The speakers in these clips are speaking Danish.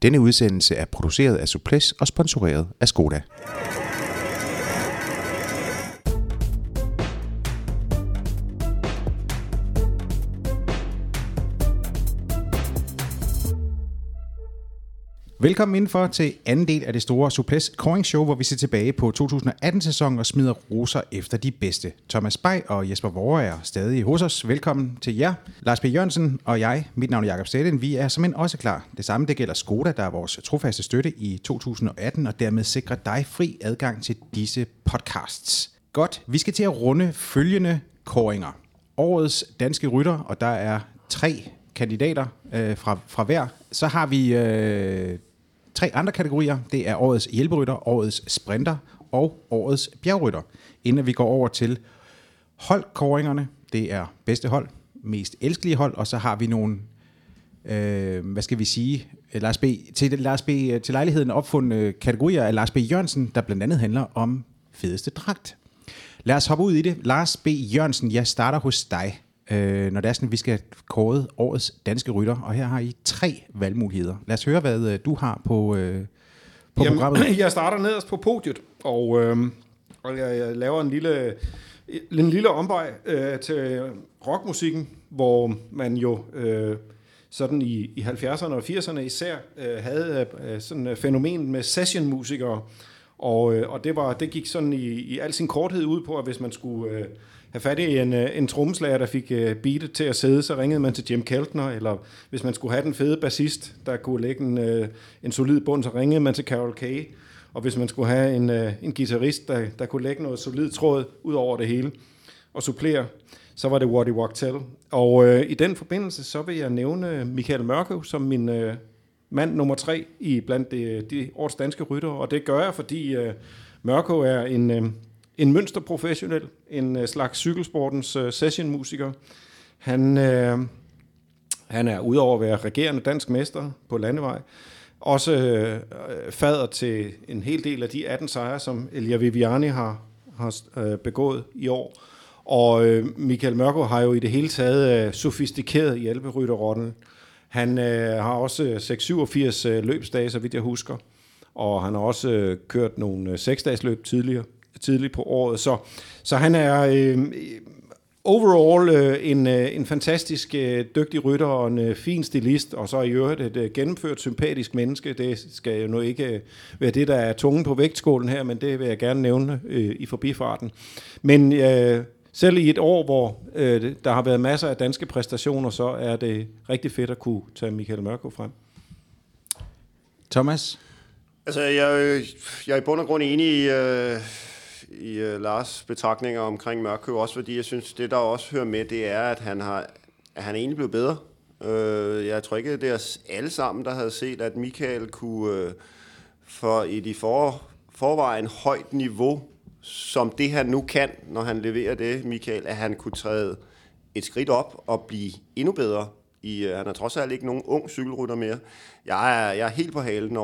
Denne udsendelse er produceret af Suples og sponsoreret af Skoda. Velkommen indenfor til anden del af det store Suples Kåringsshow, hvor vi ser tilbage på 2018-sæsonen og smider roser efter de bedste. Thomas Bay og Jesper Vore er stadig hos os. Velkommen til jer. Lars B. Jørgensen og jeg, mit navn er Jakob Stedin, vi er simpelthen også klar. Det samme det gælder Skoda, der er vores trofaste støtte i 2018, og dermed sikrer dig fri adgang til disse podcasts. Godt, vi skal til at runde følgende kåringer. Årets danske rytter, og der er 3 kandidater fra hver. Så har vi 3 andre kategorier. Det er årets hjælperytter, årets sprinter og årets bjergrytter. Inden vi går over til holdkåringerne, det er bedste hold, mest elskelige hold, og så har vi nogle, til lejligheden opfundne kategorier af Lars B. Jørgensen, der blandt andet handler om fedeste dragt. Lad os hoppe ud i det. Lars B. Jørgensen, jeg starter hos dig. Når det er sådan, vi skal kåre årets danske rytter, og her har I 3 valgmuligheder. Lad os høre, hvad du har på programmet. Jeg starter nederst på podiet, og jeg laver en lille omvej til rockmusikken, hvor man jo sådan i 70'erne og 80'erne især havde sådan et fænomen med sessionmusikere, og det gik sådan i al sin korthed ud på, at hvis man skulle have fat i en trommeslager, der fik beatet til at sidde, så ringede man til Jim Keltner, eller hvis man skulle have den fede bassist, der kunne lægge en solid bund, så ringede man til Carol Kaye, og hvis man skulle have en guitarist, der kunne lægge noget solid tråd ud over det hele og supplere, så var det Waddy Wachtel. Og i den forbindelse, så vil jeg nævne Michael Mørkøv som min mand nummer 3 blandt de årets danske ryttere, og det gør jeg, fordi Mørkøv er en mønsterprofessionel, en slags cykelsportens sessionmusiker. Han er udover at være regerende dansk mester på landevej, også fader til en hel del af de 18 sejre, som Elia Viviani har begået i år. Og Michael Mørkøv har jo i det hele taget sofistikeret hjælperytterrotten. Han har også 687 løbsdage, så vidt jeg husker. Og han har også kørt nogle 6-dagsløb tidligt på året. Så han er overall en fantastisk dygtig rytter og en fin stilist, og så i øvrigt et gennemført sympatisk menneske. Det skal jo nu ikke være det, der er tungen på vægtskålen her, men det vil jeg gerne nævne i forbifarten. Men selv i et år, hvor der har været masser af danske præstationer, så er det rigtig fedt at kunne tage Michael Mørkøv frem. Thomas? Altså, jeg er i bund og grund enig i Lars' betragtninger omkring Mørkøv, også fordi jeg synes, det der også hører med, det er, at han er egentlig blevet bedre. Jeg tror ikke, det er os alle sammen, der havde set, at Michael kunne for i de forvejen højt niveau, som det han nu kan, når han leverer det, Michael, at han kunne træde et skridt op og blive endnu bedre. Han er trods alt ikke nogen ung cykelrytter mere. Jeg er helt på halen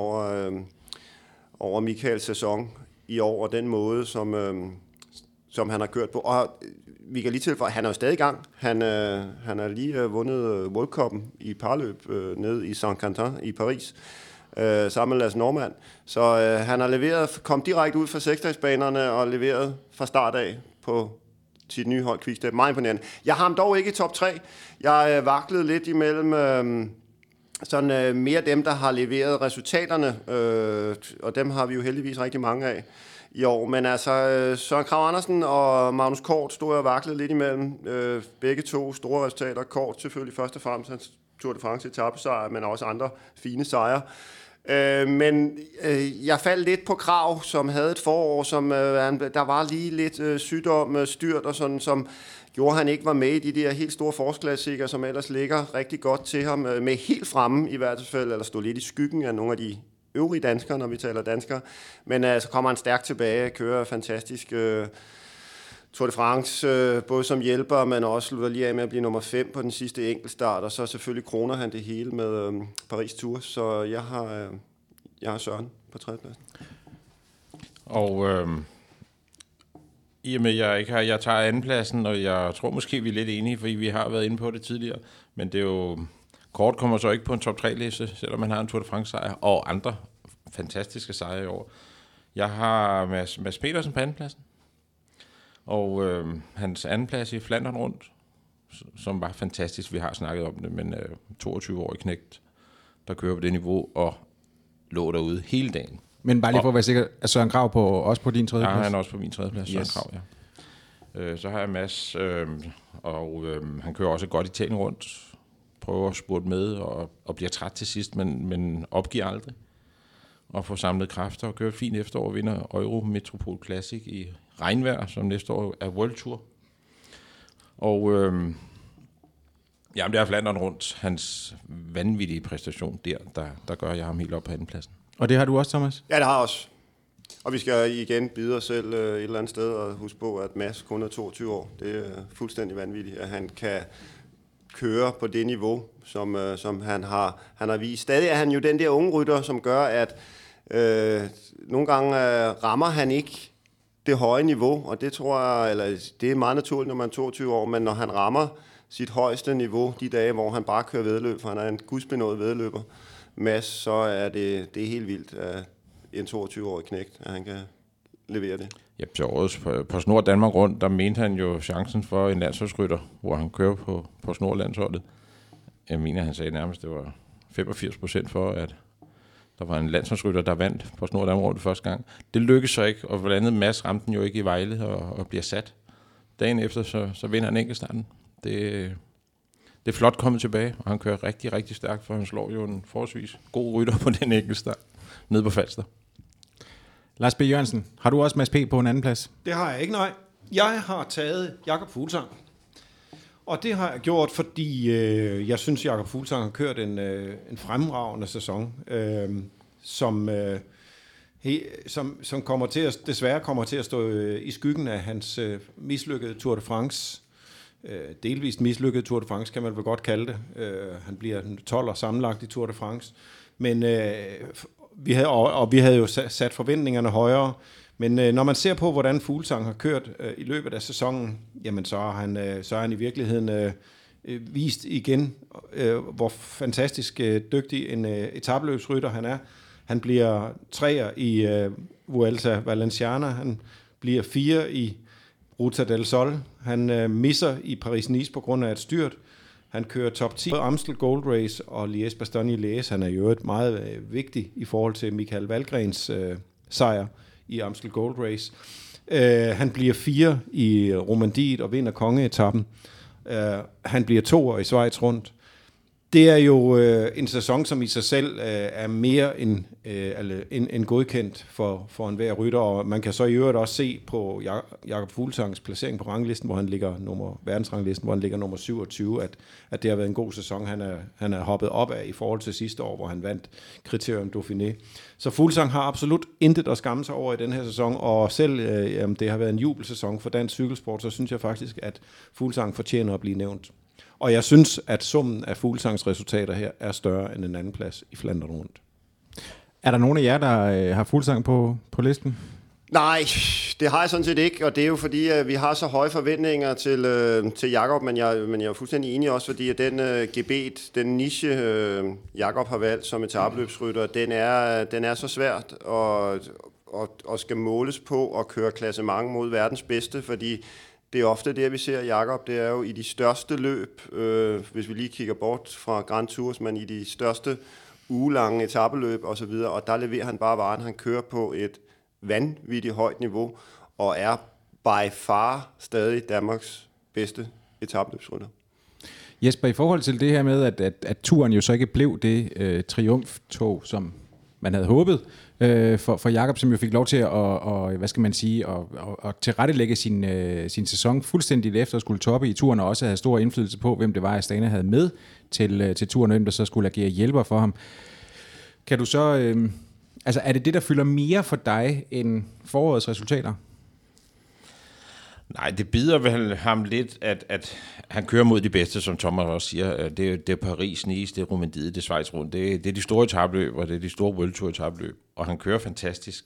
over Michaels sæson i år, og den måde, som han har kørt på. Og vi kan lige tilføje, at han er jo stadig i gang. Han har lige vundet World Cup'en i parløb ned i Saint-Quentin i Paris, sammen med Lasse Normand. Så han har leveret, kom direkte ud fra 6-dagsbanerne og leveret fra start af på sit nye hold Quickstep. Meget imponerende. Jeg har ham dog ikke i top 3. Jeg vaklede lidt imellem sådan mere dem, der har leveret resultaterne, og dem har vi jo heldigvis rigtig mange af i år. Men altså, Søren Kragh Andersen og Magnus Kort stod og vaklede lidt imellem. Begge to store resultater. Kort selvfølgelig først og fremmest hans Tour de France etapesejr, men også andre fine sejre. Men jeg faldt lidt på Kragh, som havde et forår, som der var lige lidt sygdom, styrt og sådan, som gjorde, han ikke var med i de der helt store forårsklassikere, som ellers ligger rigtig godt til ham, med helt fremme i hvert fald, eller stod lidt i skyggen af nogle af de øvrige danskere, når vi taler danskere. Men så kommer han stærkt tilbage, kører fantastisk Tour de France, både som hjælper, men også slutter lige af med at blive nummer 5 på den sidste enkeltstart, og så selvfølgelig kroner han det hele med Paris Tour, så jeg har Søren på 3. pladsen. Og i og med, jeg tager andenpladsen, og jeg tror måske, vi er lidt enige, fordi vi har været inde på det tidligere, men det er jo Kort kommer så ikke på en top 3-liste, selvom man har en Tour de France-sejr, og andre fantastiske sejre i år. Jeg har Mads Petersen på andenpladsen, og hans andenplads i Flandern rundt, som var fantastisk. Vi har snakket om det, men 22-årig knægt, der kører på det niveau og lå derude hele dagen. Men bare lige for at være sikker, er Søren Kragh også på din tredje plads? Ja, han er også på min tredje plads, Søren Kragh, ja. Så har jeg Mads, og han kører også godt i Italien rundt, prøver at spurte med og bliver træt til sidst, men opgiver aldrig. Og får samlet kræfter og kører fint efterår og vinder Euro Metropol Classic i regnvejr, som næste år er World Tour. Og jamen, det er Flandern rundt, hans vanvittige præstation der gør jeg ham helt op på andenpladsen. Og det har du også, Thomas? Ja, det har jeg også. Og vi skal igen bide os selv et eller andet sted og huske på, at Mads kun er 22 år. Det er fuldstændig vanvittigt, at han kan køre på det niveau, som han har vist. Stadig er han jo den der unge rytter, som gør, at nogle gange rammer han ikke det høje niveau, og det tror jeg, eller det er meget naturligt, når man er 22 år, men når han rammer sit højeste niveau de dage, hvor han bare kører væddeløb, for han er en gudsbenået væddeløber, Mads, så er det er helt vildt, at en 22-årig knægt, at han kan levere det. Ja, til årets på Snor Danmark rundt, der mente han jo chancen for en landsholdsrytter, hvor han kører på Snor-landsholdet. Jeg mener, han sagde nærmest, det var 85% for, at der var en landsholdsrytter, der vandt på Snor Danmark rundt første gang. Det lykkedes så ikke, og blandt andet Mads ramte den jo ikke i Vejle og bliver sat. Dagen efter, så vinder han enkeltstarten. Det er flot kommet tilbage, og han kører rigtig, rigtig stærkt, for han slår jo en forholdsvis god rytter på den enkeltstart nede på Falster. Lars B. Jørgensen, har du også Mads P. på en anden plads? Det har jeg ikke, nej. Jeg har taget Jakob Fuglsang. Og det har jeg gjort, fordi jeg synes, Jakob Fuglsang har kørt en fremragende sæson, som kommer til desværre kommer til at stå i skyggen af hans mislykkede Tour de France. Delvist mislykkede Tour de France, kan man vel godt kalde det. Han bliver 12'er sammenlagt i Tour de France. Men vi havde jo sat forventningerne højere. Men når man ser på, hvordan Fuglsang har kørt i løbet af sæsonen, jamen så er han i virkeligheden vist igen, hvor fantastisk dygtig en etapeløbsrytter han er. Han bliver 3'er i Vuelta Valenciana, han bliver 4 i Ruta del Sol, han misser i Paris-Nice på grund af et styrt. Han kører top 10 på Amstel Gold Race og Liège-Bastogne-Liège. Han er jo et meget vigtig i forhold til Michael Valgrens sejr i Amstel Gold Race. Han bliver 4 i Romandiet og vinder kongeetappen. Han bliver 2'er i Schweiz rundt. Det er jo en sæson, som i sig selv er mere end godkendt for enhver rytter, og man kan så i øvrigt også se på Jakob Fuglsangs placering på ranglisten, hvor han ligger verdensranglisten, hvor han ligger nummer 27, at det har været en god sæson, han er hoppet op af i forhold til sidste år, hvor han vandt Criterium Dauphiné. Så Fuglsang har absolut intet at skamme sig over i den her sæson, og selv det har været en jubelsæson for dansk cykelsport, så synes jeg faktisk, at Fuglsang fortjener at blive nævnt. Og jeg synes, at summen af Fuglsangs resultater her er større end en anden plads i Flandern rundt. Er der nogen af jer, der har Fuglsang på listen? Nej, det har jeg sådan set ikke, og det er jo fordi, at vi har så høje forventninger til Jakob, men jeg er fuldstændig enig også, fordi at den gebet, den niche, Jakob har valgt som etapeløbsrytter, den er så svært og skal måles på at køre klassement mod verdens bedste, fordi det er ofte det, vi ser Jakob, det er jo i de største løb, hvis vi lige kigger bort fra Grand Tours, men i de største ugelange etapeløb og så videre, og der leverer han bare varen. Han kører på et vanvittigt højt niveau, og er by far stadig Danmarks bedste etapeløbsrytter. Jesper, i forhold til det her med, at turen jo så ikke blev det triumftog, som man havde håbet, for Jakob, som jo fik lov til at tilrettelægge sin sæson fuldstændigt efter at skulle toppe i turen, og også have stor indflydelse på, hvem det var, Astana havde med til turen, og hvem der så skulle agere hjælper for ham. Kan du så, er det der fylder mere for dig end forårets resultater? Nej, det bider vel ham lidt, at han kører mod de bedste, som Thomas også siger. Det er Paris, Nice, det er Romandiet, det er Schweiz rundt. Det er de store etapløb, og det er de store World Tour etapløb. Og han kører fantastisk.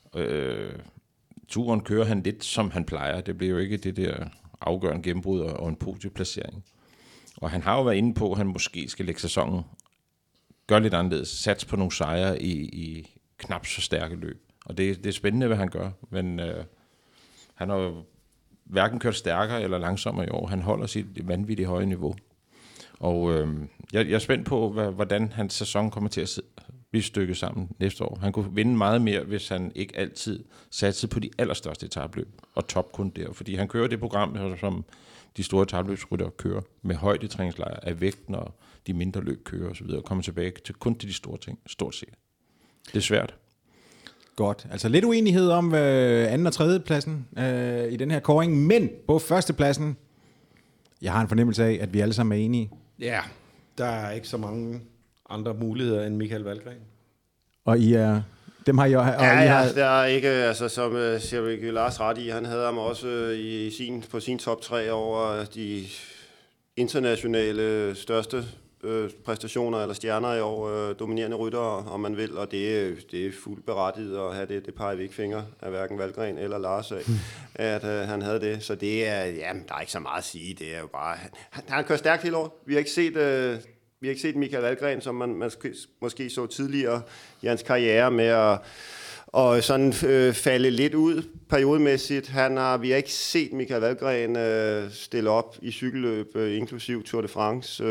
Turen kører han lidt, som han plejer. Det bliver jo ikke det der afgørende gennembrud og en podieplacering. Og han har jo været inde på, at han måske skal lægge sæsonen, gøre lidt anderledes, sats på nogle sejre i knap så stærke løb. Og det er spændende, hvad han gør, men han har jo hverken kørt stærkere eller langsommere i år. Han holder sit vanvittigt høje niveau. Og jeg er spændt på, hvordan hans sæson kommer til at blive stykket sammen næste år. Han kunne vinde meget mere, hvis han ikke altid satsede på de allerstørste etapløb og top kun der. Fordi han kører det program, som de store etapløbsryttere kører, med højdetræningslejre af vægten og de mindre løb kører osv. og kommer tilbage til kun til de store ting, stort set. Det er svært. Godt. Altså lidt uenighed om anden og tredje pladsen i den her kåring, men på førstepladsen, jeg har en fornemmelse af, at vi alle sammen er enige. Ja, der er ikke så mange andre muligheder end Michael Valgren. Og I er... Dem har I jo... Der er ikke, altså som siger Lars ret i, han havde ham også på sin top 3 over de internationale største præstationer eller stjerner i år, dominerende ryttere, om man vil, og det er fuldt berettiget at have det peger vi ikke fingre af hverken Valgren eller Lars af, at han havde det. Så det er, jamen, der er ikke så meget at sige, det er jo bare, han kører stærkt hele år. Vi har ikke set Michael Valgren, som man måske så tidligere i hans karriere med og sådan falde lidt ud periodemæssigt. Vi har ikke set Michael Valgren stille op i cykelløb, inklusiv Tour de France,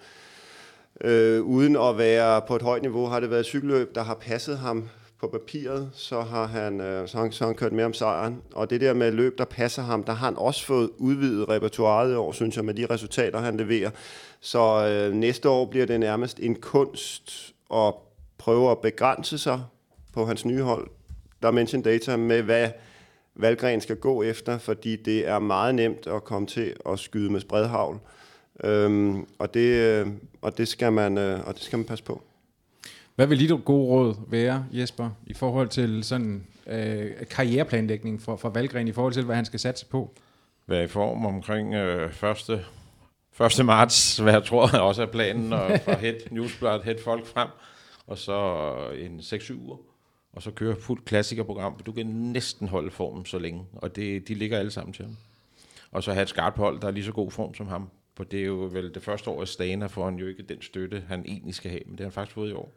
uden at være på et højt niveau. Har det været cykelløb, der har passet ham på papiret, så har han kørt med om sejren. Og det der med løb, der passer ham, der har han også fået udvidet repertoiret i år, synes jeg, med de resultater, han leverer. Så næste år bliver det nærmest en kunst at prøve at begrænse sig på hans nye hold, Dimension Data, med hvad Valgren skal gå efter, fordi det er meget nemt at komme til at skyde med spredhavl. Og det skal man passe på. Hvad vil dit gode råd være, Jesper, i forhold til sådan karriereplanlægning for Valgren, i forhold til, hvad han skal satse på? Være i form omkring 1. marts, hvad jeg tror også er planen, og fra Newsblad hætte folk frem, og så en 6-7 uger, og så køre fuldt klassikerprogram. Du kan næsten holde formen så længe, og de ligger alle sammen til ham. Og så have et skarpt hold, der er lige så god form som ham. For det er jo vel det første år af Astana, får han jo ikke den støtte, han egentlig skal have, men det har han faktisk fået i år.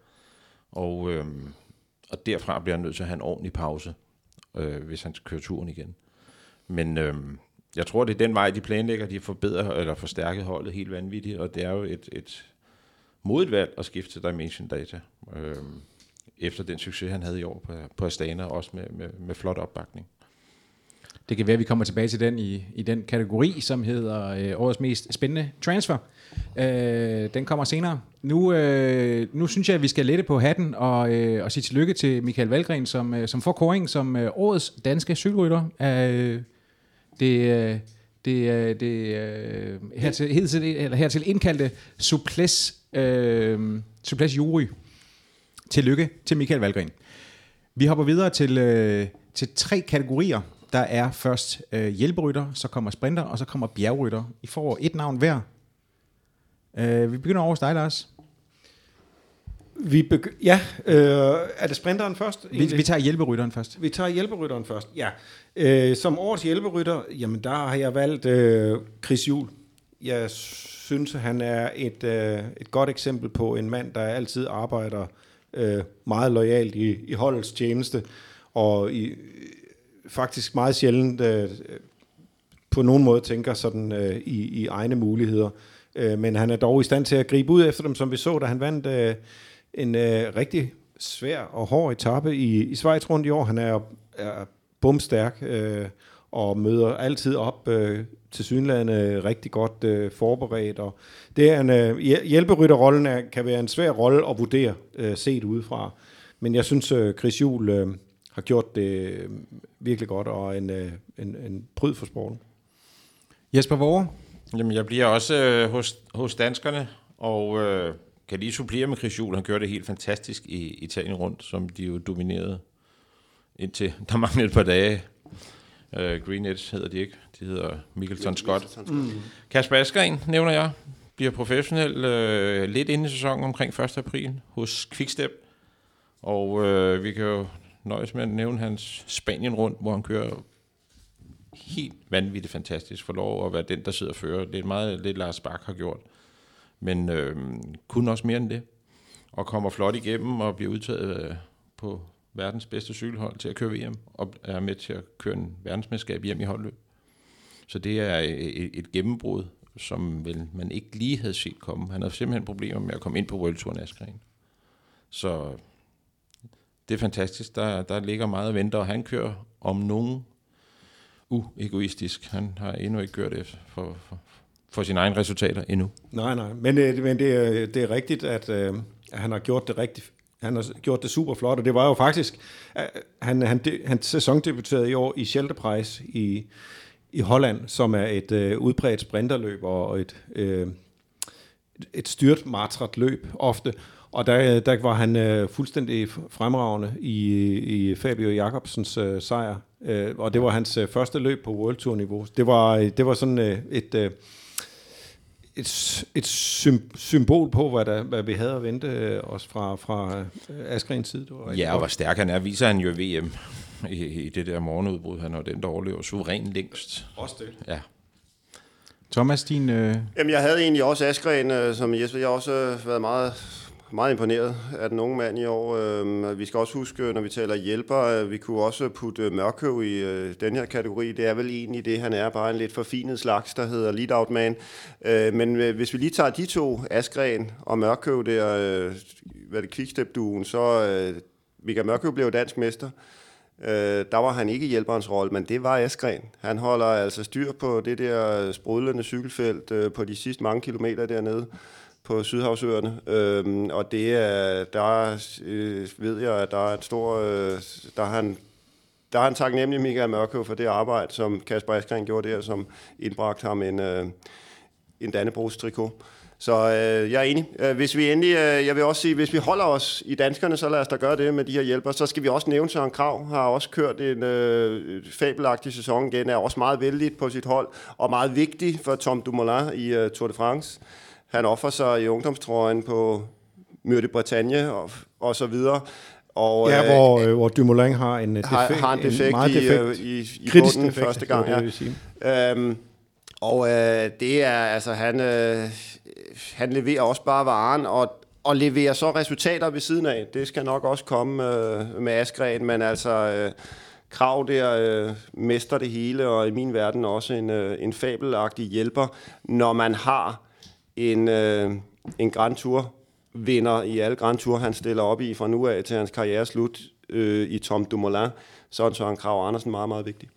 Og derfra bliver han nødt til at have en ordentlig pause, hvis han skal køre turen igen. Men jeg tror, det er den vej, de planlægger, de forbedrer eller forstærker holdet helt vanvittigt, og det er jo et modigt valg at skifte til Dimension Data, efter den succes, han havde i år på Astana, også med flot opbakning. Det kan være, at vi kommer tilbage til den i den kategori, som hedder årets mest spændende transfer. Den kommer senere. Nu synes jeg, at vi skal lette på hatten og sige tillykke til Michael Valgren, som får kåringen som årets danske cykelrytter. Hertil indkaldte Suples jury. Tillykke til Michael Valgren. Vi hopper videre til 3 kategorier. Der er først hjælperytter, så kommer sprinter, og så kommer bjergrytter. I får et navn hver. Vi begynder over hos dig, Lars. Er det sprinteren først? Vi tager hjælperytteren først. Vi tager hjælperytteren først, ja. Som årets hjælperytter, jamen der har jeg valgt Chris Juhl. Jeg synes, han er et godt eksempel på en mand, der altid arbejder meget loyalt i holdets tjeneste, og faktisk meget sjældent på nogen måde tænker sådan i egne muligheder. Men han er dog i stand til at gribe ud efter dem, som vi så, da han vandt en rigtig svær og hård etape i Schweiz rundt i år. Han er bumstærk og møder altid op tilsyneladende rigtig godt forberedt. Og det er en hjælperytterrollen kan være en svær rolle at vurdere set udefra. Men jeg synes, Chris Juhl har gjort det virkelig godt, og en pryd for sporten. Jesper Vore? Jamen, jeg bliver også hos danskerne, og kan lige supplere med Chris Juhl. Han gjorde det helt fantastisk i Italien rundt, som de jo dominerede indtil der manglede et par dage. Green Edge hedder de ikke. De hedder Mikkelsen Scott. Kasper Asgreen, nævner jeg, bliver professionel lidt inde i sæsonen omkring 1. april hos Quickstep. Og vi kan jo nøjes med at nævne hans Spanien rundt, hvor han kører helt vanvittigt fantastisk, for lov at være den, der sidder og fører. Det er meget lidt Lars Bak har gjort Men kunne også mere end det. Og kommer flot igennem og bliver udtaget på verdens bedste cykelhold til at køre VM, og er med til at køre en verdensmesterskab hjem i holdløb. Så det er et gennembrud, som vel man ikke lige havde set komme. Han havde simpelthen problemer med at komme ind på World Touren Askren. Så det er fantastisk. Der ligger meget at vente, og han kører om nogen egoistisk. Han har endnu ikke kørt det for sine egne resultater endnu. Nej, men det er rigtigt, at han har gjort det rigtigt. Han har gjort det super flot, og det var jo faktisk, han sæsondebuterede i år i Scheldeprijs i Holland, som er et udbredt sprinterløb og et styrt martret løb ofte. Og der var han fuldstændig fremragende i Fabio Jakobsens sejr. Og det var hans første løb på World Tour niveau. Det var sådan et symbol på, hvad vi havde at vente os fra Asgrens side. Ja, og hvor stærk han er, viser han jo i VM i det der morgenudbrud. Han er den, der overlever suveræn længst. Også det. Ja. Thomas, din... Jamen, jeg havde egentlig også Askren, som Jesper. Jeg har også været meget imponeret af den unge mand i år. Vi skal også huske, når vi taler hjælper, vi kunne også putte Mørkøv i den her kategori. Det er vel egentlig det, han er, bare en lidt forfinet slags, der hedder lead-out man. Men hvis vi lige tager de to, Askren og Mørkøv, hvad det Quickstep-duen, så Michael Mørkøv blev dansk mester. Der var han ikke hjælperens rolle, men det var Askren. Han holder altså styr på det der sprudlende cykelfelt på de sidste mange kilometer dernede på Sydhavsøerne, og det er, ved jeg, at der er et stor, der er han taknemmelig Michael Mørkøv for det arbejde, som Kasper Askren gjorde der, som indbragte ham en Dannebrogs-trikot. Så jeg er enig. Hvis vi endelig, jeg vil også sige, hvis vi holder os i danskerne, så lad os da gøre det med de her hjælper. Så skal vi også nævne, Søren Kragh har også kørt en fabelagtig sæson igen, er også meget vældig på sit hold, og meget vigtig for Tom Dumoulin i Tour de France. Han offer sig i ungdomstrøjen på Mur de Bretagne og så videre. Og, ja, hvor Dumoulin har en defekt, meget defekt i bunden defekt, første gang. Ja. Og det er, altså han leverer også bare varen, og leverer så resultater ved siden af. Det skal nok også komme med Askren, men altså Kragh der mester det hele, og i min verden også en fabelagtig hjælper, når man har en Grand Tour vinder i alle Grand Tour, han stiller op i fra nu af til hans karriere slut i Tom Dumoulin, så er Søren Kragh Andersen meget, meget vigtig.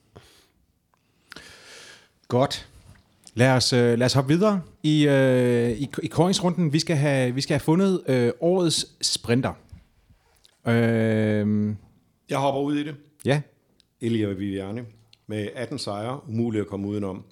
Godt. Lad os hoppe videre i kåringsrunden. Vi skal have fundet årets sprinter. Jeg hopper ud i det. Ja. Elia Viviani med 18 sejre, umuligt at komme udenom.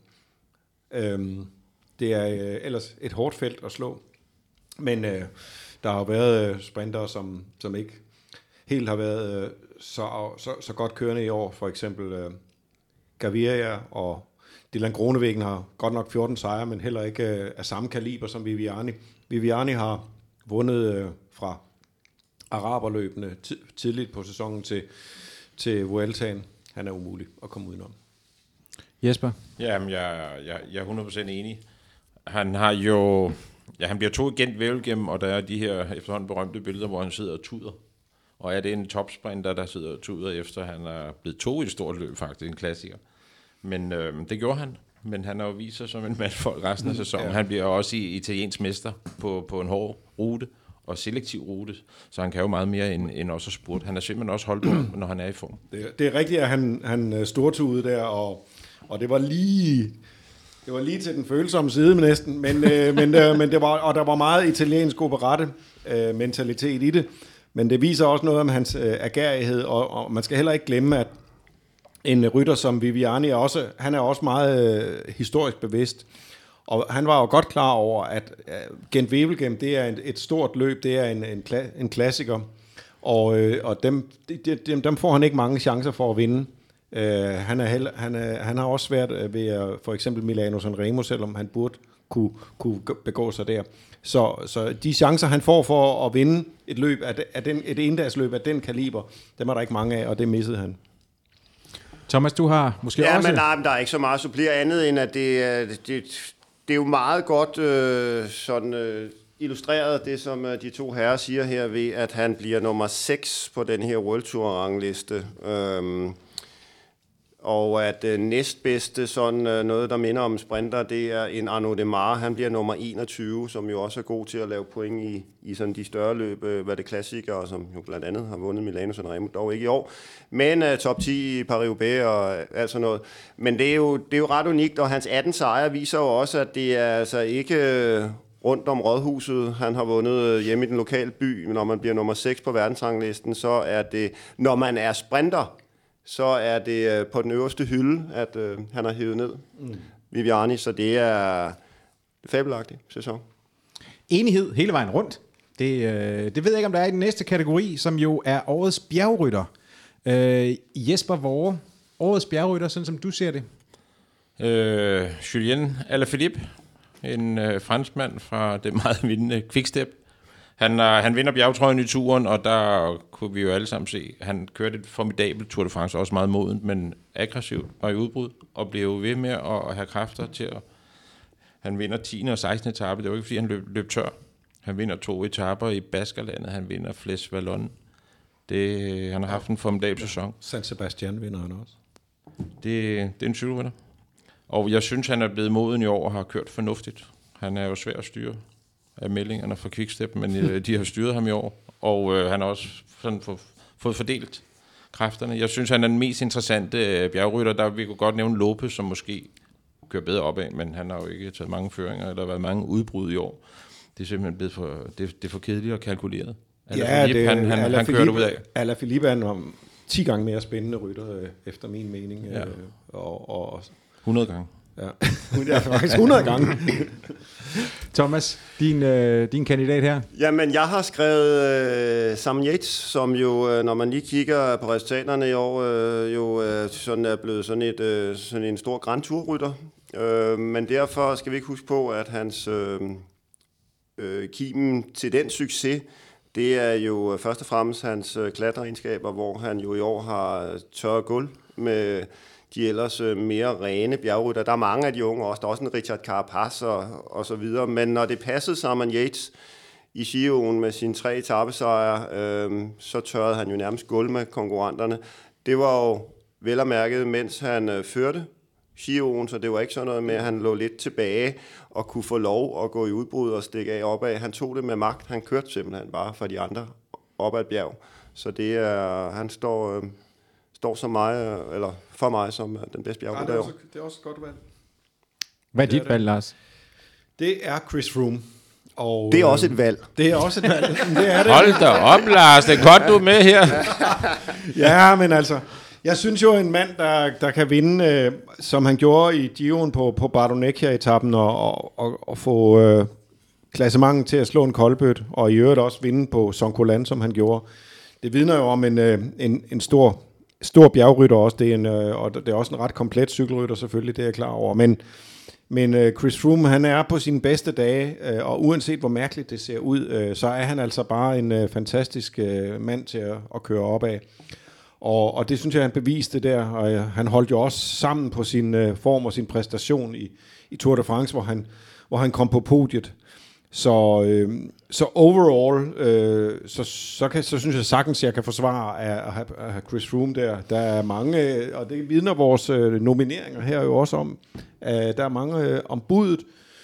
Det er ellers et hårdt felt at slå, men der har været sprintere, som ikke helt har været så godt kørende i år. For eksempel Gaviria og Dylan Groenewegen har godt nok 14 sejre, men heller ikke af samme kaliber som Viviani. Viviani har vundet fra araberløbene tidligt på sæsonen til Vueltaen. Han er umulig at komme udenom. Jesper? Jamen, jeg er 100% enig. Han har jo... Ja, han bliver tog igen Vævelgem, og der er de her efterhånden berømte billeder, hvor han sidder og tuder. Og er det en topsprinter, der sidder og tuder, efter han er blevet tog i et stort løb, faktisk, en klassiker. Men det gjorde han. Men han har jo vist sig som en mandfolk resten af sæsonen. Ja. Han bliver også italiensk mester på en hård rute og selektiv rute, så han kan jo meget mere end også spurt. Han er simpelthen også holdbar, når han er i form. Det er rigtigt, at han stortudede der, og det var lige til den følsomme side næsten, men det var, og der var meget italiensk operette mentalitet i det, men det viser også noget om hans agerighed, og man skal heller ikke glemme, at en rytter som Viviani han er også meget historisk bevidst, og han var jo godt klar over, at Gent-Wevelgem, det er et stort løb, det er en klassiker, og dem får han ikke mange chancer for at vinde. Han har også svært ved for eksempel Milano Sanremo, selvom han burde kunne begå sig der. Så de chancer, han får for at vinde et løb, et endagsløb af den kaliber, dem er der ikke mange af, og det missede han. Thomas, du har måske også... Men der er ikke så meget at supplere andet, end at det det er jo meget godt illustreret det, som de to herrer siger her, ved at han bliver nummer 6 på den her World Tour-rangliste. Og at næstbedste, sådan noget, der minder om sprinter, det er en Arnaud Démare. Han bliver nummer 21, som jo også er god til at lave point i sådan de større løb, hvad det klassikere, som jo blandt andet har vundet Milano Sanremo, dog ikke i år. Men top 10 i Paris-Roubaix og alt sådan noget. Men det er jo ret unikt, og hans 18 sejre viser jo også, at det er altså ikke rundt om Rådhuset. Han har vundet hjemme i den lokale by. Når man bliver nummer 6 på verdensranglisten, så er det, når man er sprinter, så er det på den øverste hylde, at han har hævet ned. Viviani, så det er fabelagtig sæson. Enighed hele vejen rundt. Det ved jeg ikke, om der er i den næste kategori, som jo er årets bjergrytter. Jesper Worre, årets bjergrytter, sådan som du ser det. Julien Alaphilippe, en franskmand fra det meget vindende Quickstep. Han vinder bjergtrøjen i turen, og der kunne vi jo alle sammen se, han kørte et formidabelt Tour de France, også meget modent, men aggressivt og i udbrud, og blev ved med at have kræfter til at... Han vinder 10. og 16. etape, det var ikke fordi han løb tør. Han vinder 2 etaper i Baskerlandet, han vinder Flesh Wallonne. Han har haft en formidabel sæson. San Sebastian vinder han også. Det er en cykelrytter. Og jeg synes, han er blevet moden i år og har kørt fornuftigt. Han er jo svær at styre af meldingerne fra Quickstep, men de har styret ham i år, og han har også sådan fået fordelt kræfterne. Jeg synes, han er den mest interessante bjergrytter. Der vi kunne godt nævne Lopez, som måske kører bedre opad, men han har jo ikke taget mange føringer, eller været mange udbrud i år. Det er simpelthen blevet for kedeligt og kalkuleret. Han kører det ud af. Alaphilippe er en 10 gange mere spændende rytter, efter min mening. Ja. Og 100 gange. Ja, det er faktisk 100 gange. Thomas, din kandidat her? Jamen, jeg har skrevet Sam Yates, som jo, når man lige kigger på resultaterne i år, sådan er blevet sådan en stor Grand Tour-rytter. Men derfor skal vi ikke huske på, at hans kimen til den succes, det er jo først og fremmest hans klatreegenskaber, hvor han jo i år har tørret gulv med de ellers mere rene bjergrytter. Der er mange af de unge også. Der er også en Richard Carapaz og så videre. Men når det passede Simon Yates i Giroen med sine 3 etapesejre, så tørrede han jo nærmest gulv med konkurrenterne. Det var jo vel at mærke, mens han førte Giroen, så det var ikke sådan noget med, at han lå lidt tilbage og kunne få lov at gå i udbrud og stikke af opad. Han tog det med magt. Han kørte simpelthen bare for de andre op ad et bjerg. Så det er, han står så mig, eller for mig som den bedste bjergrytter. Det er også et godt valg. Hvad er dit valg, Lars? Det er Chris Froome. Og, det er også et valg. Det er også et valg. Det er det. Hold da op, Lars. Det er godt, du er med her. Ja, men altså, jeg synes jo, en mand, der kan vinde, som han gjorde i Giroen på Bardonecchia-etappen, og få klassementet til at slå en koldbøt, og i øvrigt også vinde på Soncolan, som han gjorde. Det vidner jo om en stor bjergrytter også. Og det er også en ret komplet cykelrytter, selvfølgelig, det er jeg klar over. Men Chris Froome, han er på sine bedste dage, og uanset hvor mærkeligt det ser ud, så er han altså bare en fantastisk mand til at køre op af. Og det synes jeg, han beviste der, og han holdt jo også sammen på sin form og sin præstation i Tour de France, hvor han kom på podiet. Så overall, så synes jeg sagtens, jeg kan forsvare at have Chris Froome der. Der er mange, og det vidner vores nomineringer her jo også om, der er mange om budet,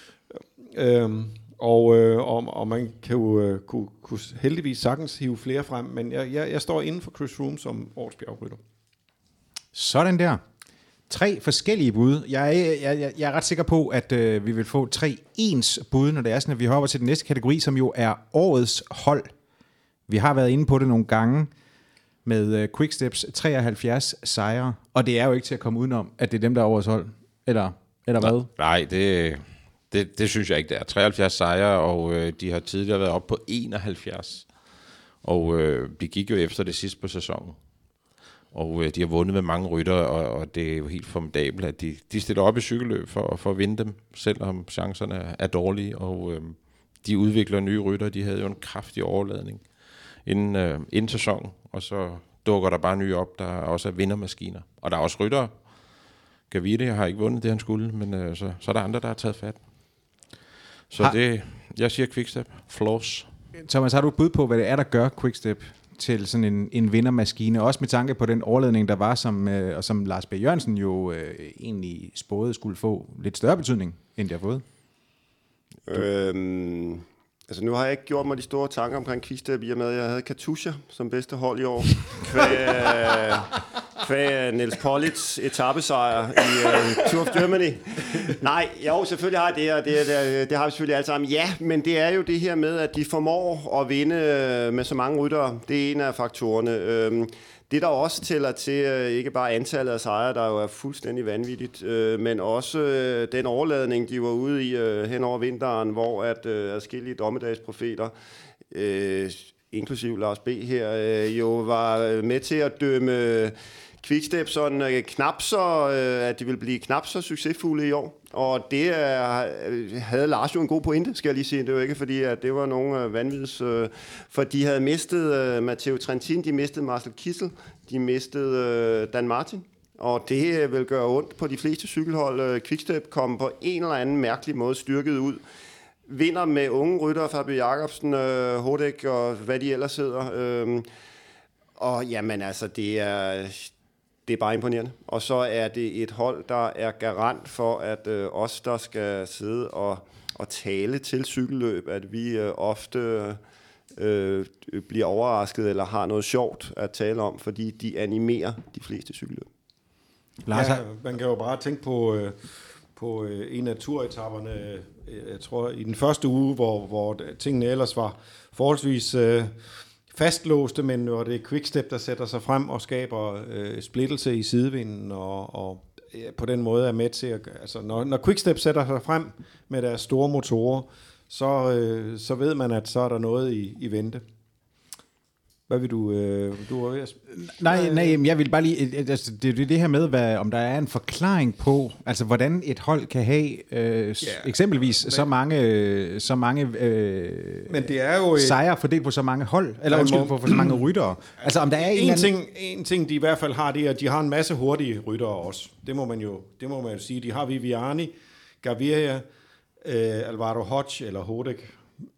og man kan jo kunne heldigvis sagtens hive flere frem, men jeg står inden for Chris Froome som årets bjergrytter. Sådan der. 3 forskellige bud. Jeg er ret sikker på, at vi vil få 3 ens bud, når det er sådan, at vi hopper til den næste kategori, som jo er årets hold. Vi har været inde på det nogle gange med Quicksteps 73 sejre, og det er jo ikke til at komme udenom, at det er dem, der er årets hold. Eller hvad? Nej, det synes jeg ikke, det er. 73 sejre, og de har tidligere været op på 71. Og de gik jo efter det sidste på sæsonen. Og de har vundet med mange rytter, og det er jo helt formidabelt, at de stiller op i cykelløb for at vinde dem, selvom chancerne er dårlige. Og de udvikler nye rytter. De havde jo en kraftig overladning inden sæsonen, og så dukker der bare nye op, der også er vindermaskiner. Og der er også ryttere. Gaviria har ikke vundet det, han skulle, men så er der andre, der har taget fat. Så jeg siger Quickstep. Floss. Thomas, har du et bud på, hvad det er, der gør Quickstep til sådan en vindermaskine? Også med tanke på den overledning, der var, som Lars B. Jørgensen jo egentlig spåede skulle få lidt større betydning, end det har fået. Altså nu har jeg ikke gjort mig de store tanker omkring Quickstep, i og med at jeg havde Katusha som bedste hold i år. Kvæg Niels Pollitz etapesejr i Tour of Germany. Nej, jo, selvfølgelig har jeg det har vi selvfølgelig alle sammen. Ja, men det er jo det her med, at de formår at vinde med så mange ryttere. Det er en af faktorerne. Det der også tæller til, ikke bare antallet af sejre, der jo er fuldstændig vanvittigt, men også den overladning, de var ude i hen over vinteren, hvor at adskillige dommedagsprofeter, inklusiv Lars B. her, jo var med til at dømme Quickstep sådan knap så, at de ville blive knap så succesfulde i år. Og det havde Lars jo en god pointe, skal jeg lige sige. Det var ikke fordi, at det var nogen vanvids... for de havde mistet Matteo Trentin, de mistede Marcel Kittel, de mistede Dan Martin. Og det vil gøre ondt på de fleste cykelhold. Quickstep kom på en eller anden mærkelig måde styrket ud. Vinder med unge ryttere, Fabio Jacobsen, Hodek og hvad de ellers hedder. Og jamen altså, det er bare imponerende. Og så er det et hold, der er garant for, at os, der skal sidde og tale til cykelløb, at vi ofte bliver overrasket eller har noget sjovt at tale om, fordi de animerer de fleste cykelløb. Ja, man kan jo bare tænke på en af turetapperne, jeg tror i den første uge, hvor tingene ellers var forholdsvis fastlåste, men hvor det er Quickstep, der sætter sig frem og skaber splittelse i sidevinden, og på den måde er med til at... Altså, når Quickstep sætter sig frem med deres store motorer, så ved man, at så er der noget i vente. Hvad vil du var ved at... Nej, jeg vil bare lige... Altså, det er det her med, om der er en forklaring på, altså hvordan et hold kan have eksempelvis så mange men det er jo sejre fordelt på så mange hold, eller på så mange ryttere. Altså om der er en ting, de i hvert fald har, det er, at de har en masse hurtige ryttere også. Det må man jo sige. De har Viviani, Gaviria, Alvaro Hodge eller Hodek.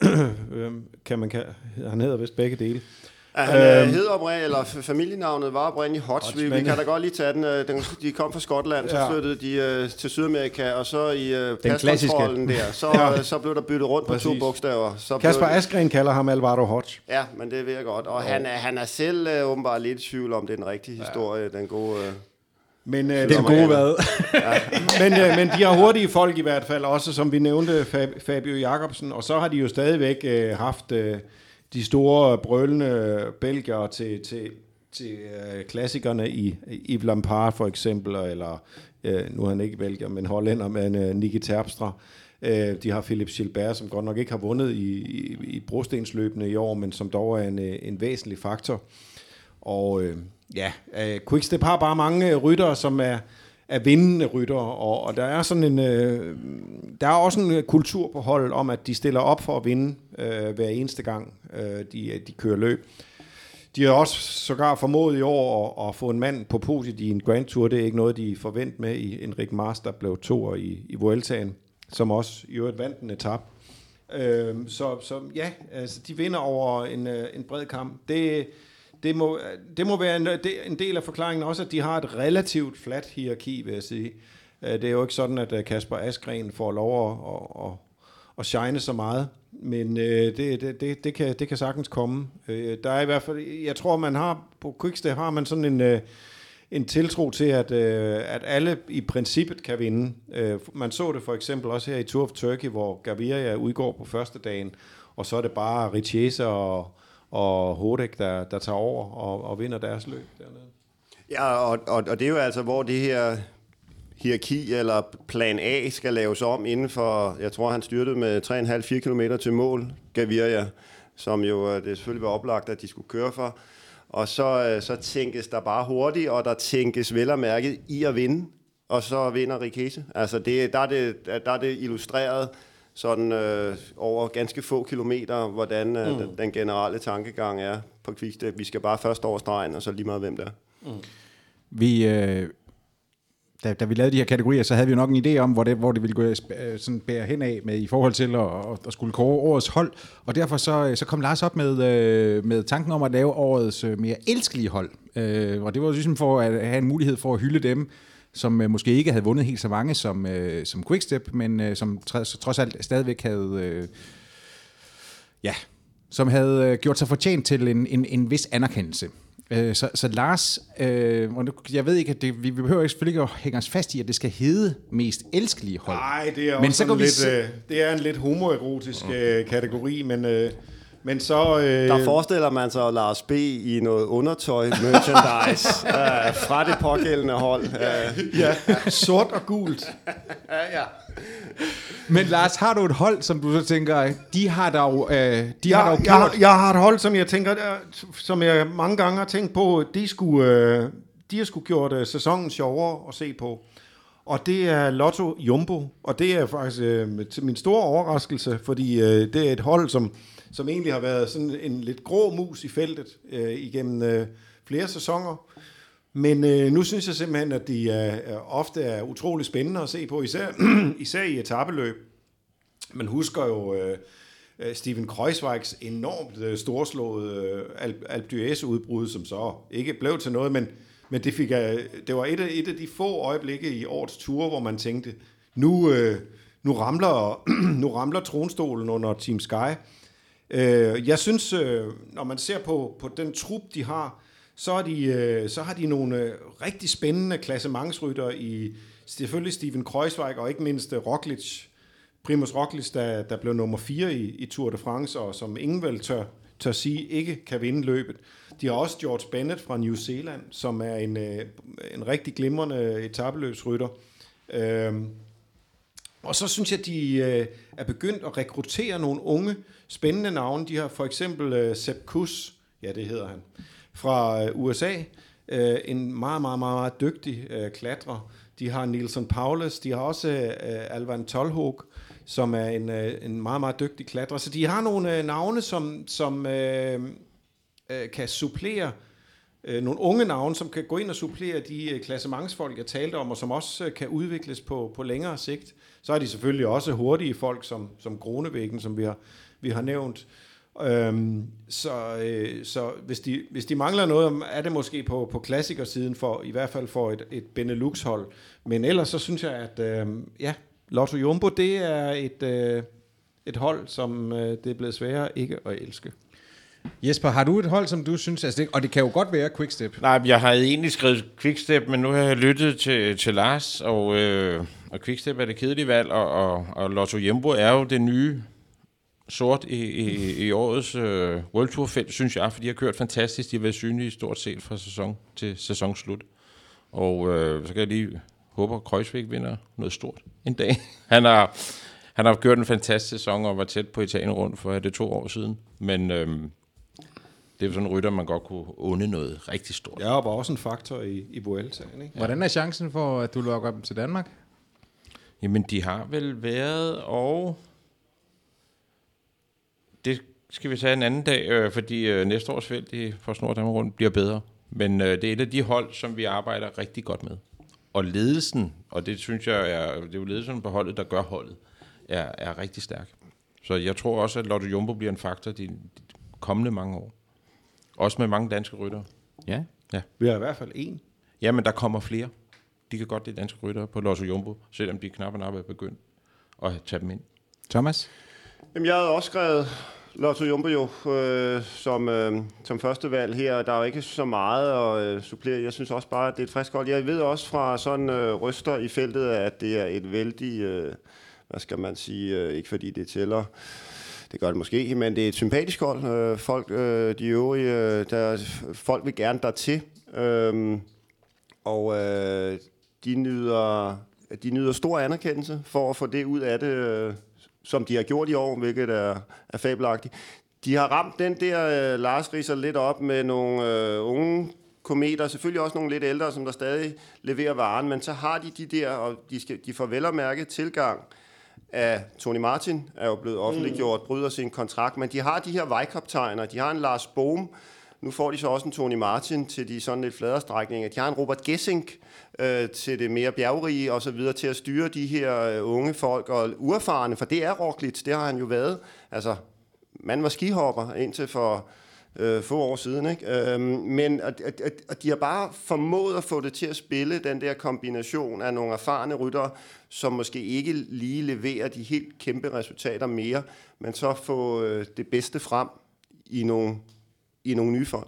Han hedder vist begge dele. Han hed oprindeligt, eller familienavnet var oprindeligt Hodge. Vi kan da godt lige tage den. De kom fra Skotland, så flyttede de til Sydamerika, og så i paskontrollen der, så blev der byttet rundt på 2 bogstaver. Så Kasper Askren kalder ham Alvaro Hodge. Ja, men det ved jeg godt. Og han er selv åbenbart lidt i tvivl om, det er den rigtige historie, den gode... Men det er gode hvad? men de har hurtige folk i hvert fald, også som vi nævnte, Fabio Jacobsen, og så har de jo stadigvæk haft de store brølende belgiere til klassikerne i Yves Lampard for eksempel, eller nu er han ikke belgier, men hollænder med Niki Terpstra. De har Philip Gilbert, som godt nok ikke har vundet i brostensløbene i år, men som dog er en væsentlig faktor. Og Quickstep har bare mange ryttere, som er vindende ryttere, og der er sådan der er også en kultur på holdet om, at de stiller op for at vinde hver eneste gang de kører løb. De har også sågar formået i år at få en mand på podiet i en Grand Tour. Det er ikke noget, de forvent med i Enric Mas, der blev toer i Vueltaen, som også i øvrigt vandt en etape. Så altså, de vinder over en bred kamp. Det må være en del af forklaringen også, at de har et relativt fladt hierarki, vil jeg sige. Det er jo ikke sådan, at Kasper Askren får lov at shine så meget, men det kan sagtens komme. Der er i hvert fald, jeg tror, man har på Quickstep har man sådan en tiltro til, at alle i princippet kan vinde. Man så det for eksempel også her i Tour of Turkey, hvor Gaviria udgår på første dagen, og så er det bare Richese og Hodek, der tager over og vinder deres løb dernede. Ja, og det er jo altså, hvor det her hierarki eller plan A skal laves om inden for, jeg tror, han styrtede med 3,5-4 kilometer til mål, Gaviria, som jo det selvfølgelig var oplagt, at de skulle køre for. Og så tænkes der bare hurtigt, og der tænkes vel og mærket i at vinde, og så vinder Richese. Altså, der er det illustreret sådan over ganske få kilometer, hvordan den generelle tankegang er på Quickstep. Vi skal bare først over stregen, og så lige meget hvem der. da vi lavede de her kategorier, så havde vi jo nok en idé om, hvor det ville gå sådan bære hen af med, i forhold til at skulle kåre årets hold. Og derfor så kom Lars op med tanken om at lave årets mere elskelige hold. Og det var ligesom for at have en mulighed for at hylde dem, som måske ikke havde vundet helt så mange som Quickstep, men som trods alt stadigvæk havde... som havde gjort sig fortjent til en vis anerkendelse. Så Lars, jeg ved ikke, at vi behøver selvfølgelig ikke at hænge os fast i, at det skal hedde mest elskelige hold. Nej, det er også så det er en lidt homoerotisk kategori, men så... Der forestiller man sig Lars B. i noget undertøj, merchandise fra det pågældende hold. Ja, sort og gult. Ja. Men Lars, har du et hold, som du så tænker, de har dog Jeg har et hold, som jeg tænker, som jeg mange gange har tænkt på, de har sgu gjort sæsonen sjovere at se på. Og det er Lotto Jumbo, og det er faktisk til min store overraskelse, fordi det er et hold, som egentlig har været sådan en lidt grå mus i feltet igennem flere sæsoner. Men nu synes jeg simpelthen, at de ofte er utrolig spændende at se på, især i etapeløb. Man husker jo Steven Kruijswijks enormt storslåede Alpe d'Huez udbrud, som så ikke blev til noget, men det var et af de få øjeblikke i årets tur, hvor man tænkte, nu ramler tronstolen under Team Sky. Jeg synes, når man ser på den trup, de har, så har de nogle rigtig spændende klassementsrytter i selvfølgelig Steven Kruijswijk og ikke mindst Primož Roglič, der blev nummer 4 i Tour de France, og som ingen vel tør sige ikke kan vinde løbet. De har også George Bennett fra New Zealand, som er en rigtig glimrende etapeløbsrytter. Og så synes jeg, de er begyndt at rekruttere nogle unge, spændende navne. De har for eksempel Sepp Kuss, ja det hedder han, fra USA. En meget, meget, meget dygtig klatrer. De har Nilsson Paulus, de har også Alvan Tolhoek, som er en meget, meget dygtig klatrer. Så de har nogle navne, som kan supplere, nogle unge navne, som kan gå ind og supplere de klassementsfolk, jeg talte om, og som også kan udvikles på længere sigt. Så er de selvfølgelig også hurtige folk, som Groenewegen, som vi har nævnt. Så hvis de mangler noget, er det måske på klassikersiden, i hvert fald for et Benelux-hold. Men ellers så synes jeg, at Lotto Jumbo, det er et hold, som det er blevet sværere ikke at elske. Jesper, har du et hold, som du synes, og det kan jo godt være Quickstep? Nej, jeg har egentlig skrevet Quickstep, men nu har jeg lyttet til Lars, og Quickstep er det kedelige valg, og Lotto Jumbo er jo det nye sort i årets World Tour-felt, synes jeg, for de har kørt fantastisk. De har været synlige stort set fra sæson til sæsonslut. Og så kan jeg lige håbe, at Kruijswijk vinder noget stort en dag. Han har kørt en fantastisk sæson og var tæt på Italien rundt for det 2 år siden. Men det er jo sådan en rytter, man godt kunne unde noget rigtig stort. Ja, og var også en faktor i Vueltaen, ikke? Hvordan er chancen for, at du lokker dem til Danmark? Jamen, de har vel været, og det skal vi tage en anden dag, fordi næste års felt i PostNord Danmark rundt bliver bedre. Men det er et af de hold, som vi arbejder rigtig godt med. Og ledelsen, og det synes jeg det er jo ledelsen på holdet, der gør holdet, er rigtig stærk. Så jeg tror også, at Lotto Jumbo bliver en faktor de kommende mange år. Også med mange danske ryttere. Ja. Vi har i hvert fald en. Ja, men der kommer flere. De kan godt lide danske ryttere på Lotto Jumbo, selvom de knap er begyndt at tage dem ind. Thomas? Jamen, jeg havde også skrevet Lotto Jumbo jo som første valg her. Der er jo ikke så meget at supplere. Jeg synes også bare, at det er et frisk hold. Jeg ved også fra sådan ryster i feltet, at det er et vældig, hvad skal man sige, ikke fordi det tæller, det gør det måske, men det er et sympatisk hold. Folk, de øvrige, folk vil gerne dertil. Og de nyder stor anerkendelse for at få det ud af det, som de har gjort i år, hvilket er fabelagtigt. De har ramt den der, Lars ridser lidt op med nogle unge kometer, selvfølgelig også nogle lidt ældre, som der stadig leverer varen, men så har de der, og de får vel at mærke tilgang af Tony Martin, er jo blevet offentliggjort, bryder sin kontrakt, men de har de her vejkaptajner, de har en Lars Bohm, Nu får de så også en Tony Martin til de sådan lidt fladere strækninger. De har en Robert Gesink til det mere bjergrige og så videre til at styre de her unge folk og uerfarne, for det er Roglic, det har han jo været. Altså, man var skihopper indtil for få år siden, ikke? Men de har bare formået at få det til at spille den der kombination af nogle erfarne ryttere, som måske ikke lige leverer de helt kæmpe resultater mere, men så få det bedste frem i nogle nye folk.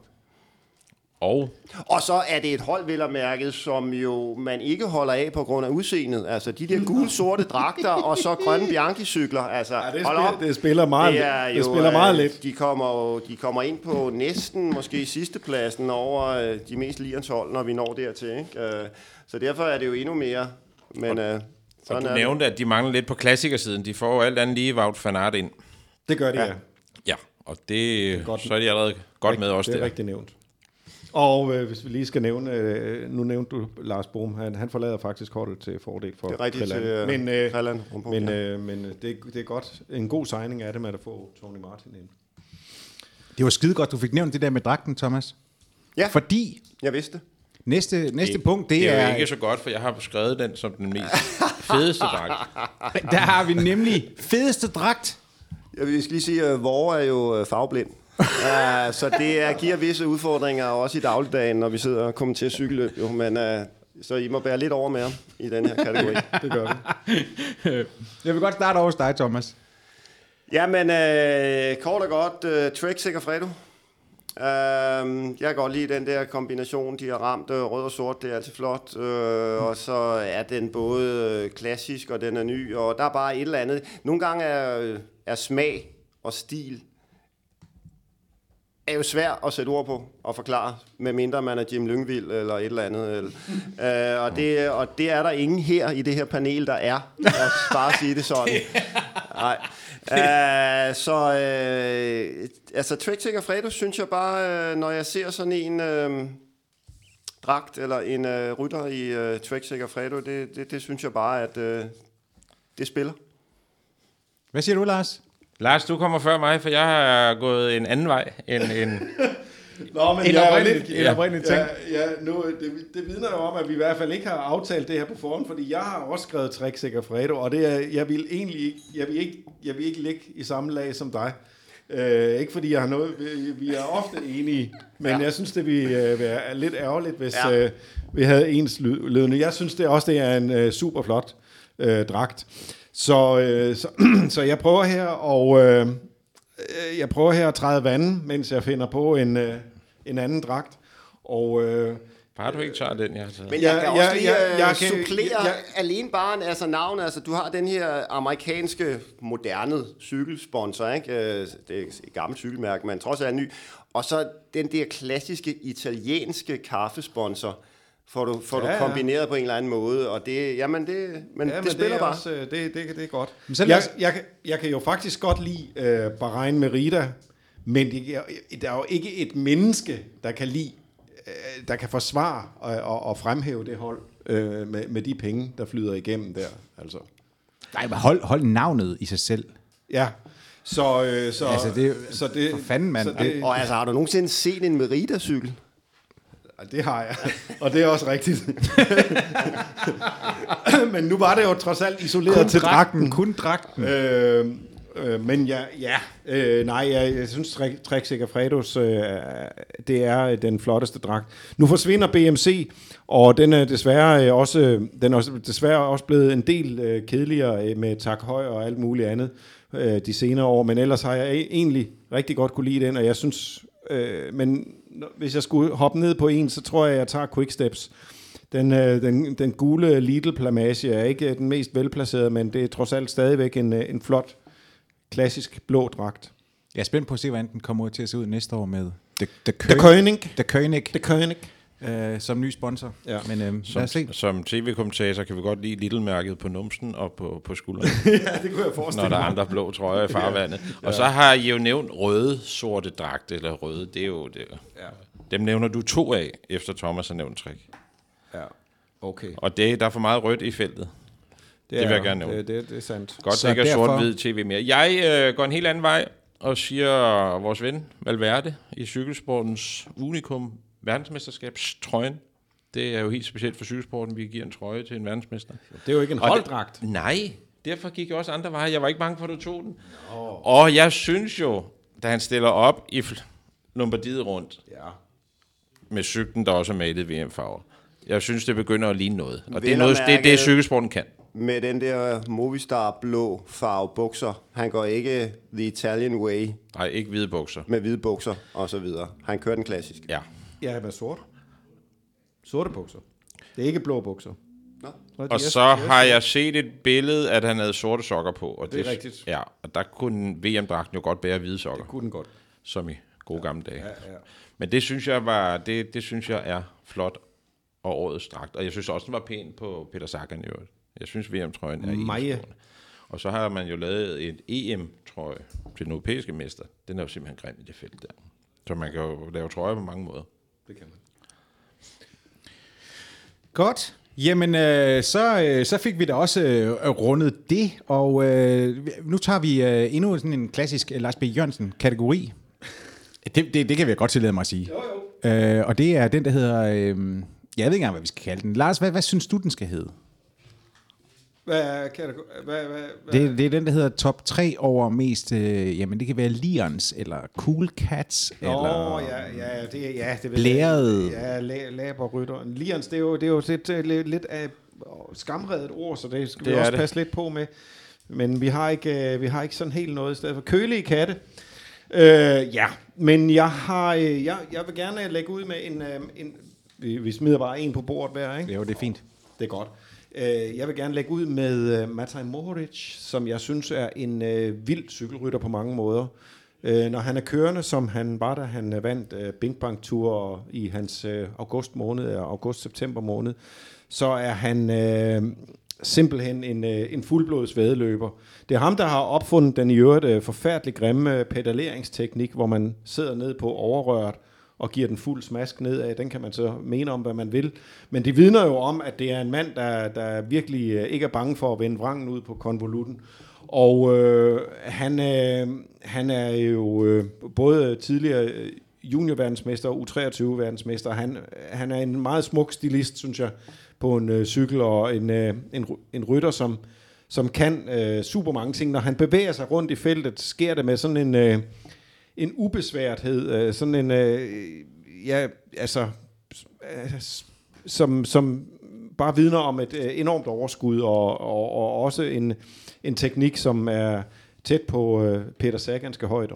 Og så er det et hold, vel at mærke, som jo man ikke holder af på grund af udseendet. Altså de der gule-sorte dragter og så grønne Bianchi-cykler. Altså, det spiller meget lidt. De kommer ind på næsten måske sidstepladsen over de mest ligerens hold, når vi når dertil. Ikke? Så derfor er det jo endnu mere. Men, og du nævnte, at de mangler lidt på klassikersiden. De får jo alt andet lige Wout van Aert ind. Det gør de, ja. Ja, og det så er de allerede godt med også der. Det er rigtig nævnt. Og hvis vi lige skal nævne, nu nævnte du Lars Bohm, han forlader faktisk holdet til fordel for Krelland. Men det er godt, en god signing af det med at få Tony Martin ind. Det var skide godt, du fik nævnt det der med dragten, Thomas. Ja, fordi jeg vidste. Næste punkt, det er... Det er jo ikke så godt, for jeg har skrevet den som den mest fedeste dragt. Der har vi nemlig fedeste dragt. Jeg skal lige sige, at Vore er jo farveblind. Så det giver visse udfordringer også i dagligdagen, når vi sidder og kommenterer cykelløb. Jo, men, så I må bære lidt over med ham i den her kategori. Det gør vi. Jeg vil godt starte over hos dig, Thomas. Jamen, kort og godt, Trek Segafredo. Jeg kan godt lide den der kombination, de har ramt rød og sort, det er altid flot. Og så er den både klassisk, og den er ny, og der er bare et eller andet. Nogle gange er smag og stil er jo svært at sætte ord på og forklare, medmindre man er Jim Lyngvild eller et eller andet. Og det er der ingen her i det her panel, der er. Lad os bare sige det sådan. Nej. Altså Trek Segafredo synes jeg bare, når jeg ser sådan en dragt eller en rytter i Trek Segafredo, det synes jeg bare, at det spiller. Hvad siger du, Lars? Lars, du kommer før mig, for jeg har gået en anden vej end Nå, men jeg er oprindeligt tænkt. Det vidner jo om, at vi i hvert fald ikke har aftalt det her på forhånd, fordi jeg har også skrevet Trek Segafredo, og det er, jeg vil ikke ligge i samme lag som dig. Ikke fordi jeg har noget, vi er ofte enige, men jeg synes, det ville være lidt ærgerligt, hvis vi havde ens lydende. Jeg synes det er en super flot dragt. Så jeg prøver her at træde vandet, mens jeg finder på en anden dragt. Og bare du ikke tager den, jeg har taget. Men jeg kan også lige supplere alene bare altså navnet. Altså, du har den her amerikanske moderne cykelsponsor, ikke? Det er et gammelt cykelmærke, men trods alt er ny. Og så den der klassiske italienske kaffesponsor. Får du kombineret på en eller anden måde, og det spiller bare. Også, det er godt. Jeg kan jo faktisk godt lide Bahrain Merida, men der er jo ikke et menneske, der kan lide, der kan forsvare og fremhæve det hold med de penge, der flyder igennem der. Altså. Nej, men hold navnet i sig selv. Ja. Så det for fanden, mand. Og altså, har du nogensinde set en Merida-cykel? Det har jeg, og det er også rigtigt. Men nu var det jo trods alt isoleret til dragten. Kun dragten. Men jeg synes Trek Segafredos, det er den flotteste dragt. Nu forsvinder BMC, og den er desværre også blevet en del kedeligere med Tak Høj og alt muligt andet de senere år. Men ellers har jeg egentlig rigtig godt kunne lide den, og jeg synes, men hvis jeg skulle hoppe ned på en, så tror jeg tager Quicksteps. Den gule Lidl-plamage er ikke den mest velplacerede, men det er trods alt stadigvæk en flot, klassisk blå dragt. Jeg er spændt på at se, hvordan den kommer til at se ud næste år med The Koenig. Som ny sponsor. Ja. Men som tv-kommentator kan vi godt lide Lidl-mærket på numsen og på skulderen. Ja, det kunne jeg forestille mig. Når der er andre blå trøjer i farvandet. Ja. Og så har I jo nævnt røde, sorte dragt, eller røde, det er jo det. Ja. Dem nævner du 2 af, efter Thomas har nævnt 3. Ja, okay. Og der er for meget rødt i feltet. Det vil jeg gerne nævne. Det er sandt. Godt, så det ikke er sort-hvid tv mere. Jeg går en helt anden vej, og siger vores ven Valverde i cykelsportens unikum verdensmesterskabstrøjen. Det er jo helt specielt for cykelsporten, vi giver en trøje til en verdensmester. Det er jo ikke en holddragt. Nej, derfor gik jeg også andre veje. Jeg var ikke bange for, at du tog den. Og jeg synes jo, da han stiller op i Lombardiet rundt, med cyklen, der også er malet VM-farver, jeg synes, det begynder at ligne noget. Og det er noget, det cykelsporten kan. Med den der Movistar blå farve bukser. Han går ikke the Italian way. Nej, ikke hvide bukser. Med hvide bukser og så videre. Han kører den klassiske. Ja. Ja, med sort. Sorte bukser. Det er ikke blå bukser. Nå. Og så har jeg set et billede, at han havde sorte sokker på. Og det er rigtigt. Ja, og der kunne VM-dragten jo godt bære hvide sokker. Det kunne den godt. Som i gode gamle dage. Ja. Men det synes jeg det synes jeg er flot og årets dragt. Og jeg synes også, den var pæn på Peter Sagan i øvrigt. Jeg synes, VM-trøjen er enestående. Og så har man jo lavet et EM-trøje til den europæiske mester. Den er jo simpelthen grim i det felt der. Så man kan jo lave trøjer på mange måder. Det kan man. Godt. Jamen, så fik vi da også rundet det, og nu tager vi endnu sådan en klassisk Lars B. Jørgensen-kategori. Det kan vi godt tillade mig at sige. Jo. Og det er den, der hedder... jeg ved ikke engang, hvad vi skal kalde den. Lars, hvad synes du, den skal hedde? Hvad? Det er den, der hedder top 3 over mest... jamen, det kan være Lions, eller Cool Cats, eller... det blærede... Ja, laberrytter. Lions, det er jo lidt af skamredet ord, så det skal vi også passe lidt på med. Men vi har ikke sådan helt noget i stedet for. Kølige katte. Men jeg vil gerne lægge ud med en vi smider bare en på bordet hver, ikke? Jo, det er fint. Det er godt. Jeg vil gerne lægge ud med Matej Mohoric, som jeg synes er en vild cykelrytter på mange måder. Når han er kørende, som han var, da han vandt Bing Bang Tour i hans august-september måned, så er han simpelthen en fuldblods væddeløber. Det er ham, der har opfundet den i øvrigt forfærdelig grimme pedaleringsteknik, hvor man sidder ned på overrørt og giver den fuld smask nedad. Den kan man så mene om, hvad man vil. Men det vidner jo om, at det er en mand, der virkelig ikke er bange for at vende vrangen ud på konvolutten. Og han er jo både tidligere juniorverdensmester og U23-verdensmester. Han er en meget smuk stilist, synes jeg, på en cykel, og en rytter, som kan super mange ting. Når han bevæger sig rundt i feltet, sker det med sådan en ubesværthed, sådan som bare vidner om et enormt overskud, og også en teknik, som er tæt på Peter Saganske højder.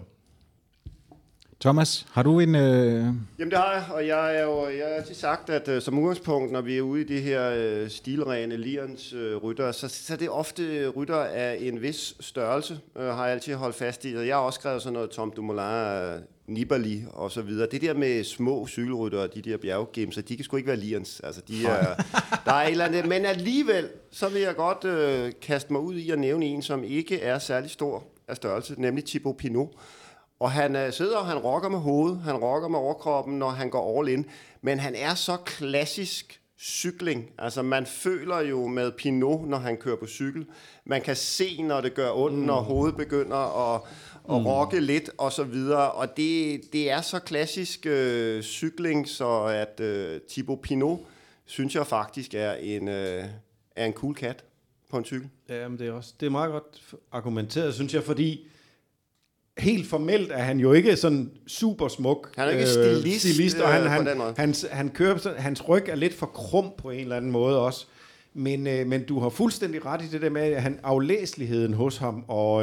Thomas, har du en... Jamen det har jeg, og jeg har altid sagt, at som udgangspunkt, når vi er ude i de her stilrene Lions rytter, så det er ofte rytter af en vis størrelse, har jeg altid holdt fast i. Og jeg har også skrevet sådan noget Tom Dumoulin, Nibali og så videre. Det der med små cykelrytter og de der bjerggimser, de kan sgu ikke være Lions. Altså, der er et eller andet. Men alligevel, så vil jeg godt kaste mig ud i at nævne en, som ikke er særlig stor af størrelse, nemlig Thibaut Pinot. Og han sidder og han rocker med hovedet, han rocker med overkroppen, når han går all in. Men han er så klassisk cykling. Altså man føler jo med Pinot, når han kører på cykel. Man kan se, når det gør ondt, når hovedet begynder at rocke lidt og så videre. Og det er så klassisk cykling, så at Thibaut Pinot, synes jeg faktisk er en cool cat på en cykel. Jamen det er meget godt argumenteret, synes jeg, fordi helt formelt er han jo ikke sådan super smuk. Han er ikke stilist og han kører sådan, hans ryg er lidt for krum på en eller anden måde også. Men du har fuldstændig ret i det der med aflæseligheden hos ham,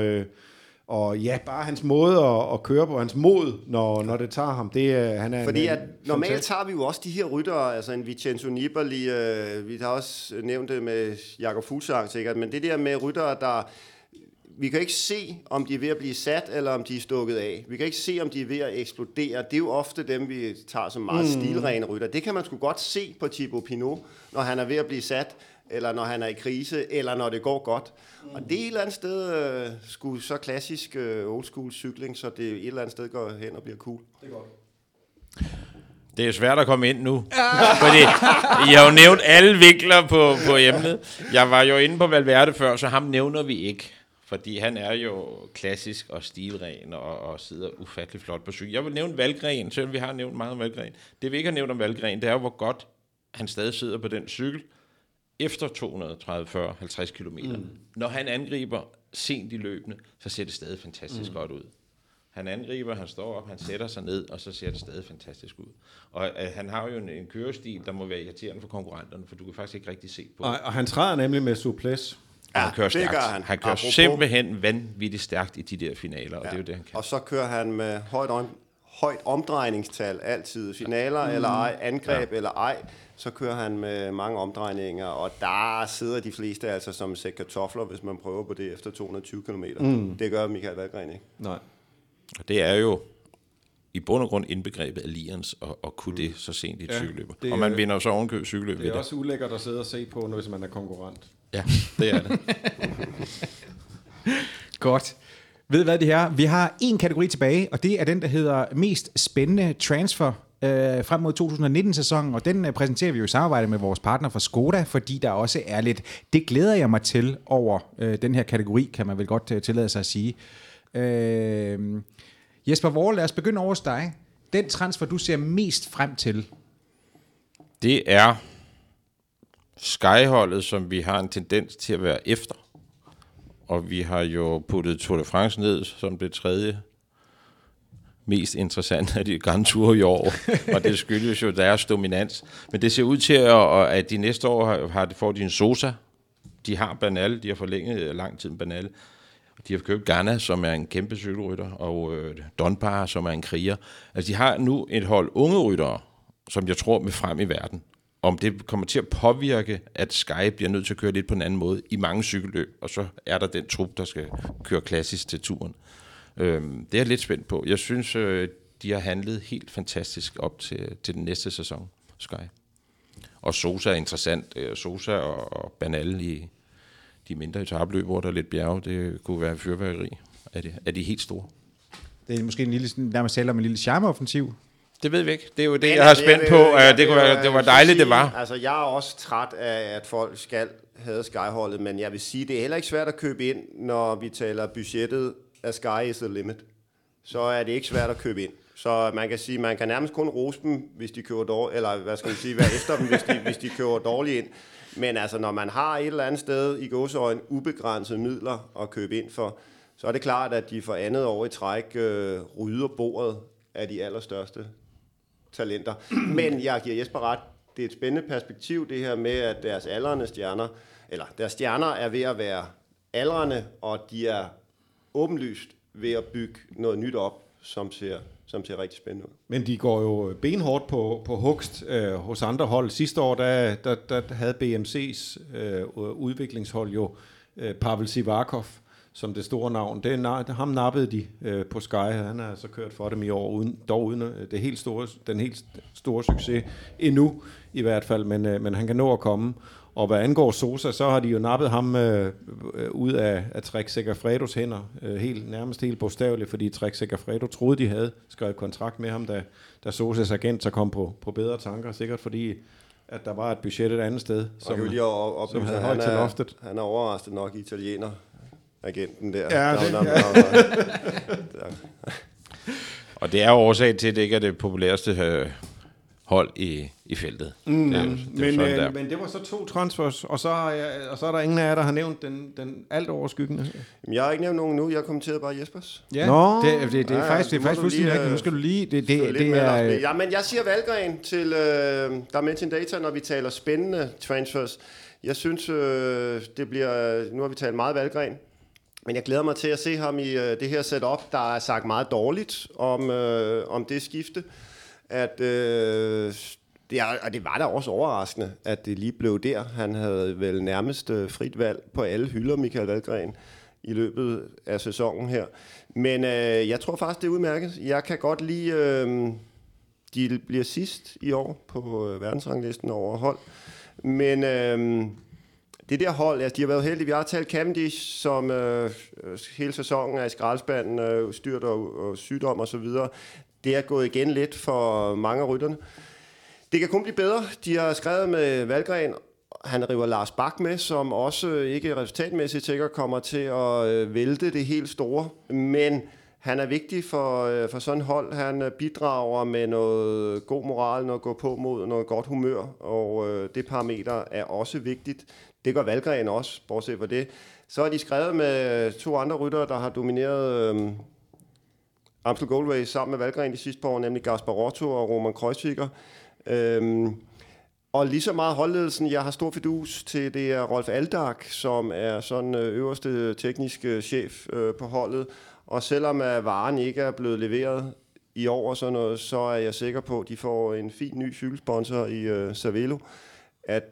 og ja, bare hans måde at køre på, hans mod, når det tager ham, han er fordi normalt tager vi jo også de her ryttere, altså en Vincenzo Nibali, vi har også nævnt det med Jakob Fuglsang sikkert, men det der med ryttere, der vi kan ikke se, om de er ved at blive sat, eller om de er stukket af. Vi kan ikke se, om de er ved at eksplodere. Det er jo ofte dem, vi tager som meget stilrene rytter. Det kan man sgu godt se på Thibaut Pinot, når han er ved at blive sat, eller når han er i krise, eller når det går godt. Og det er et eller andet sted sgu så klassisk old school cykling, så det et eller andet sted går hen og bliver cool. Det er godt. Det er svært at komme ind nu, fordi I har jo nævnt alle vinkler på emnet. Jeg var jo inde på Valverde før, så ham nævner vi ikke. Fordi han er jo klassisk og stilren og sidder ufattelig flot på cykel. Jeg vil nævne Valgren, selvom vi har nævnt meget om Valgren. Det vi ikke har nævnt om Valgren, det er jo, hvor godt han stadig sidder på den cykel efter 230, 40, 50 kilometer. Når han angriber sent i løbende, så ser det stadig fantastisk godt ud. Han angriber, han står op, han sætter sig ned, og så ser det stadig fantastisk ud. Og han har jo en kørestil, der må være irriterende for konkurrenterne, for du kan faktisk ikke rigtig se på. Og han træder nemlig med souplesse. Ja, Han kører stærkt. Han kører simpelthen vanvittigt stærkt i de der finaler, og det er jo det, han kan. Og så kører han med højt omdrejningstal altid. Finaler eller ej, angreb eller ej, så kører han med mange omdrejninger, og der sidder de fleste altså som en sæk kartofler, hvis man prøver på det efter 220 km. Det gør Michael Valgren ikke. Nej. Og det er jo i bund og grund indbegrebet af lians og kunne det så sent i et cykelløb. Og man vinder jo så ovenkøb cykelløb. Det er også ulækkert at sidde og se på, hvis man er konkurrent. Ja, det er det. Godt. Ved I hvad det her? Vi har en kategori tilbage, og det er den, der hedder mest spændende transfer frem mod 2019-sæsonen, og den præsenterer vi jo i samarbejde med vores partner fra Skoda, fordi der også er lidt, det glæder jeg mig til over den her kategori, kan man vel godt tillade sig at sige. Jesper Worre, lad os begynde over hos dig. Den transfer, du ser mest frem til? Det er Sky-holdet, som vi har en tendens til at være efter. Og vi har jo puttet Tour de France ned som det tredje mest interessante af de Grand Tour i år. Og det skyldes jo deres dominans. Men det ser ud til, at de næste år får de en Sosa. De har Bernal, de har forlænget lang tid med Bernal. De har købt Ghana, som er en kæmpe cykelrytter, og Dunbar, som er en kriger. Altså, de har nu et hold unge ryttere, som jeg tror med frem i verden. Om det kommer til at påvirke, at Sky bliver nødt til at køre lidt på en anden måde i mange cykelløb, og så er der den trup, der skal køre klassisk til turen. Det er jeg lidt spændt på. Jeg synes, de har handlet helt fantastisk op til den næste sæson, Sky. Og Sosa er interessant. Sosa og Bernal i de mindre etapløb, hvor der er lidt bjerge, det kunne være fyrværkeri af de helt store. Det er måske en lille, nærmest selv om en lille charmeoffensiv. Det ved vi ikke. Det er jo det, jeg har spændt på. Det var dejligt, det var. Altså, jeg er også træt af, at folk skal have Sky-holdet, men jeg vil sige, det er heller ikke svært at købe ind, når vi taler budgettet af Sky is the limit. Så er det ikke svært at købe ind. Så man kan sige, man kan nærmest kun rose dem, hvis de køber dårligt, eller hvad skal man sige, være efter dem, hvis de køber dårligt ind. Men altså, når man har et eller andet sted i gåseøjne ubegrænsede midler at købe ind for, så er det klart, at de for andet år i træk rydder bordet af de allerstørste talenter. Men jeg giver Jesper ret. Det er et spændende perspektiv, det her med, at deres aldrende stjerner, eller deres stjerner er ved at være aldrende, og de er åbenlyst ved at bygge noget nyt op, som ser rigtig spændende ud. Men de går jo benhårdt på hugst hos andre hold. Sidste år, der havde BMC's udviklingshold jo Pavel Sivakov som det store navn. Ham nappede de på Sky. Han har så kørt for dem i år, uden den helt store succes endnu i hvert fald, men han kan nå at komme. Og hvad angår Sosa, så har de jo nappet ham ud af Trek Segafredos hænder, nærmest helt bogstaveligt, fordi Trek Segafredo troede, de havde skrevet kontrakt med ham, da Sosas agent så kom på bedre tanker, sikkert fordi, at der var et budget et andet sted, som havde højt til loftet. Han er overrasket nok italiener, agenten der. Ja, Og det er jo årsag til, at det ikke er det populæreste hold i feltet. Men det var så 2 transfers, og så er der ingen af jer, der har nævnt den alt overskyggende. Jeg har ikke nævnt nogen nu, jeg kommenterede bare Jespers. Ja, det er faktisk fuldstændig rigtigt. Nu skal du lige... Ja, men jeg siger Valgren til der er med til data, når vi taler spændende transfers. Jeg synes, det bliver... Nu har vi talt meget Valgren, men jeg glæder mig til at se ham i det her setup, der er sagt meget dårligt om det skifte. At det var da også overraskende, at det lige blev der. Han havde vel nærmest frit valg på alle hylder, Michael Valgren, i løbet af sæsonen her. Men jeg tror faktisk, det er udmærket. Jeg kan godt lide, de bliver sidst i år på verdensranglisten over hold. Men det der hold, altså, de har været heldige. Vi har talt Cavendish, som hele sæsonen er i skraldespanden, styrt og sygdom og så videre. Det er gået igen lidt for mange af rytterne. Det kan kun blive bedre. De har skrevet med Valgren. han river Lars Bak med, som også ikke resultatmæssigt sikkert kommer til at vælte det helt store, men han er vigtig for sådan et hold. Han bidrager med noget god moral, noget gå på mod, noget godt humør, og det parameter er også vigtigt. Det gør Valgren også, bortset fra det. Så er de skrevet med 2 andre ryttere, der har domineret Amstel Gold Race sammen med Valgren de sidste par år, nemlig Gasparotto og Roman Kreuziger. Og lige så meget holdledelsen, jeg har stor fidus til, det er Rolf Aldag, som er sådan øverste tekniske chef på holdet. Og selvom varen ikke er blevet leveret i år og sådan noget, så er jeg sikker på, at de får en fin ny cykelsponsor i Cervelo. At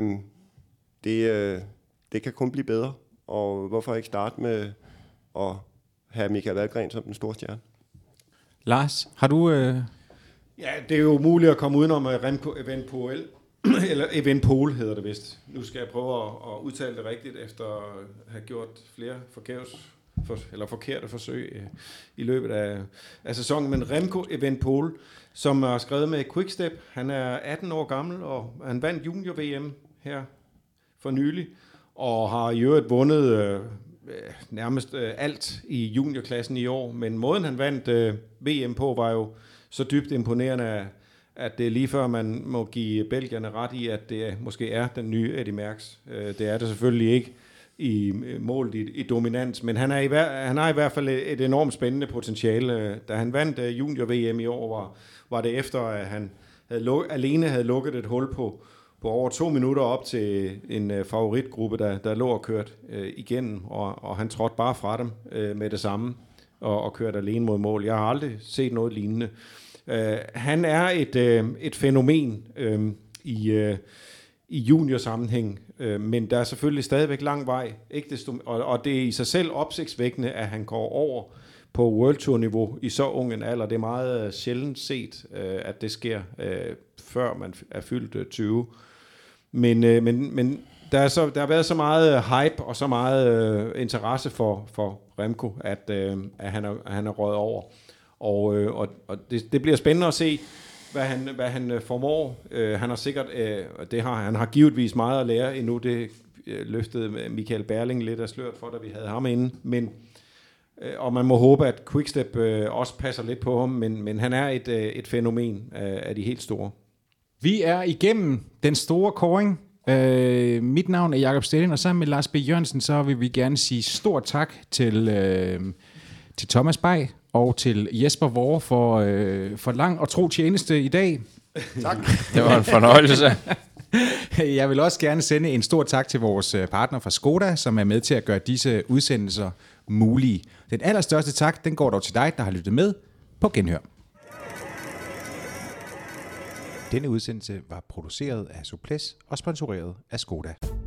det kan kun blive bedre. Og hvorfor ikke starte med at have Michael Valgren som den store stjerne? Lars, har du... Ja, det er jo muligt at komme udenom Remco Evenepoel, eller Evenepoel hedder det vist. Nu skal jeg prøve at udtale det rigtigt, efter at have gjort flere forkerte forsøg i løbet af sæsonen. Men Remco Evenepoel, som er skrevet med Quickstep, han er 18 år gammel, og han vandt junior-VM her for nylig, og har i øvrigt vundet nærmest alt i juniorklassen i år. Men måden han vandt VM på, var jo så dybt imponerende, at det er lige før man må give belgierne ret i, at det måske er den nye Eddy Merckx. Det er det selvfølgelig ikke i målet i dominans, men han har i hvert fald et enormt spændende potentiale. Da han vandt junior-VM i år, var det efter, at han alene havde lukket et hul på over 2 minutter op til en favoritgruppe, der lå og kørt igennem, og han trådte bare fra dem med det samme og kørte alene mod mål. Jeg har aldrig set noget lignende. Han er et fænomen i junior-sammenhæng, men der er selvfølgelig stadigvæk lang vej, og det er i sig selv opsigtsvækkende, at han går over på World Tour-niveau i så ung en alder. Det er meget sjældent set, at det sker, før man er fyldt 20. Men der har været så meget hype og så meget interesse for Remco, at han er røget over. Og det bliver spændende at se, hvad han formår. Han har sikkert, han har givetvis meget at lære endnu. Det løftede Michael Berling lidt af sløret for, da vi havde ham inde. Og man må håbe, at Quickstep også passer lidt på ham, men han er et fænomen af de helt store. Vi er igennem den store kåring. Mit navn er Jakob Stelin, og sammen med Lars B. Jørgensen, så vil vi gerne sige stort tak til Thomas Bay og til Jesper Vore for lang og tro tjeneste i dag. Tak. Det var en fornøjelse. Jeg vil også gerne sende en stor tak til vores partner fra Skoda, som er med til at gøre disse udsendelser mulige. Den allerstørste tak, den går dog til dig, der har lyttet med på Genhør. Denne udsendelse var produceret af Suples og sponsoreret af Skoda.